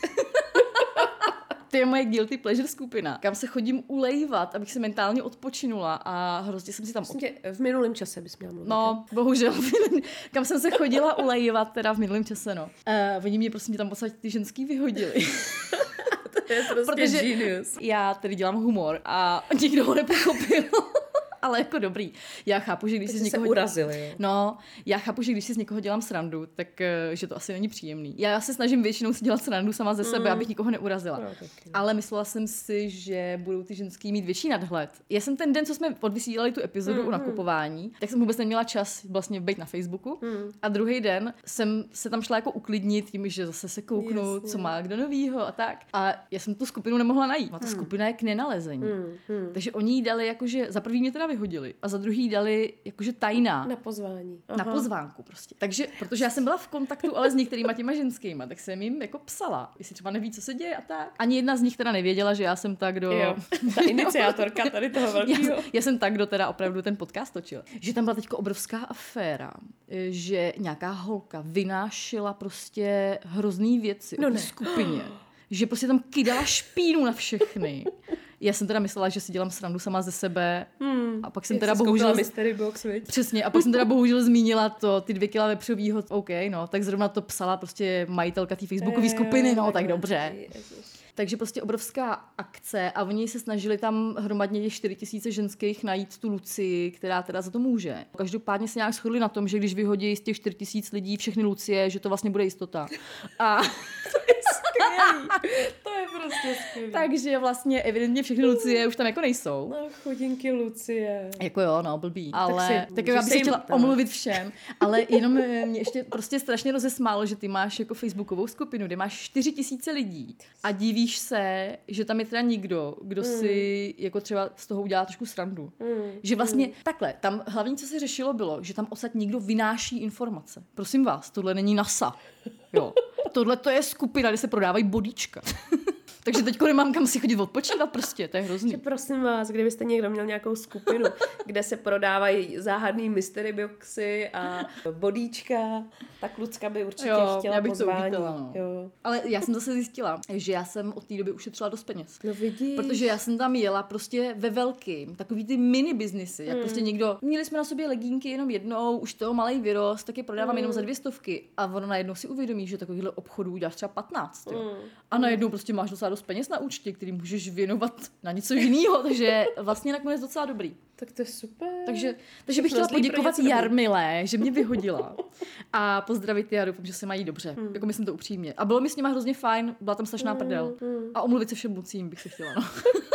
To je moje guilty pleasure skupina, kam se chodím ulejvat, abych se mentálně odpočinula a hrozně jsem si tam... V minulém čase bys měla mluvit. No, bohužel. Kam jsem se chodila ulejvat teda v minulém čase, no. Oni mě prostě tam podstatě ty ženský vyhodili. To je prostě genius. Já tedy dělám humor a nikdo ho nepochopil. Ale jako dobrý. Já chápu, že když si z někoho urazili. No, já chápu, že když si z někoho dělám srandu, tak že to asi není příjemný. Já se snažím většinou si dělat srandu sama ze sebe, abych nikoho neurazila. No, ale myslela jsem si, že budou ty ženský mít větší nadhled. Já jsem ten den, co jsme odvysílali tu epizodu o nakupování, tak jsem vůbec neměla čas vlastně být na Facebooku. A druhý den jsem se tam šla jako uklidnit tím, že zase se kouknu, co má kdo novýho a tak. A já jsem tu skupinu nemohla najít. A ta skupina je k nenalezení. Takže oni jí dali jakože za první mě teda vyhodili a za druhý dali jakože tajná. Na pozvání. Na pozvánku prostě. Takže, protože já jsem byla v kontaktu ale s některýma těma ženskýma, tak jsem jim jako psala, jestli třeba neví, co se děje a tak. Ani jedna z nich teda nevěděla, že já jsem tak, kdo... Jo, ta iniciátorka tady toho velkého. Já jsem tak, kdo teda opravdu ten podcast točil. Že tam byla teďko obrovská aféra, že nějaká holka vynášela prostě hrozný věci o té skupině. Že prostě tam kydala špínu na všechny. Já jsem teda myslela, že si dělám srandu sama ze sebe a pak jsem teda bohužel... Mystery Box, viď? Přesně, a pak jsem teda bohužel zmínila to, ty 2 kila vepřovýho, OK, no, tak zrovna to psala prostě majitelka té facebookové skupiny, no, tak dobře. Takže prostě obrovská akce a oni se snažili tam hromadně těch 4 000 ženských najít tu Lucii, která teda za to může. Každopádně se nějak shodli na tom, že když vyhodí z těch 4 000 lidí všechny Lucie, že to vlastně bude jistota. A... To je prostě skvělý. Takže vlastně evidentně všechny Lucie už tam jako nejsou. No, chudinky Lucie. Jako jo, no, blbý. Ale tak já bych se chtěla tam omluvit všem, ale jenom mě ještě prostě strašně rozesmálo, že ty máš jako facebookovou skupinu, kde máš 4 000 lidí a divíš se, že tam je teda nikdo, kdo si jako třeba z toho udělá trošku srandu. Že vlastně takhle, tam hlavní, co se řešilo, bylo, že tam odsaď nikdo vynáší informace. Prosím vás, tohle není NASA. Jo. Tohle to je skupina, kde se prodávají bodíčka. Takže teďko nemám kam si chodit odpočívat prostě, to je hrozný. Že prosím vás, kdybyste někdo měl nějakou skupinu, kde se prodávají záhadný mystery boxy a bodíčka, tak Lucka by určitě chtěla pozvání. Uvítala, no. Jo. Ale já jsem zase zjistila, že já jsem od té doby ušetřila dost peněz. No vidíš. Protože já jsem tam jela prostě ve velkým, takový ty mini biznisy, jak prostě někdo, měli jsme na sobě legínky jenom jednou, už toho malej vyrost, tak je prodávám jenom za 200 a ono najednou si uvědomí, že takovýhle obchodů uděláš třeba 15. A najednou prostě máš docela dost peněz na účtě, který můžeš věnovat na něco jiného, takže vlastně nakonec docela dobrý. Tak to je super. Takže bych chtěla poděkovat Jarmile, že mě vyhodila a pozdravit je a doufám, že se mají dobře. Jako myslím to upřímně. A bylo mi s nima hrozně fajn, byla tam strašná prdel. A omluvit se všem Lucím bych se chtěla. No.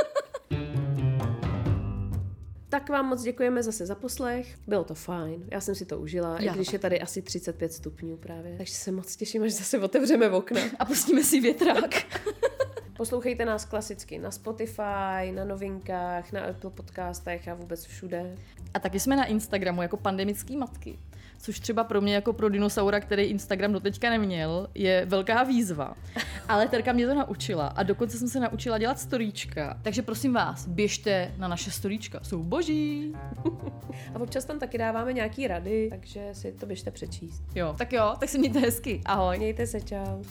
Tak vám moc děkujeme zase za poslech. Bylo to fajn, já jsem si to užila, i když je tady asi 35 stupňů právě. Takže se moc těším, až zase otevřeme okna. A pustíme si větrák. Poslouchejte nás klasicky na Spotify, na Novinkách, na Apple podcastech a vůbec všude. A taky jsme na Instagramu jako pandemický matky. Což třeba pro mě jako pro dinosaura, který Instagram doteďka neměl, je velká výzva. Ale Terka mě to naučila a dokonce jsem se naučila dělat storíčka. Takže prosím vás, běžte na naše storíčka. Jsou boží. A občas tam taky dáváme nějaký rady, takže si to běžte přečíst. Jo, tak se mějte hezky. Ahoj. Mějte se, čau.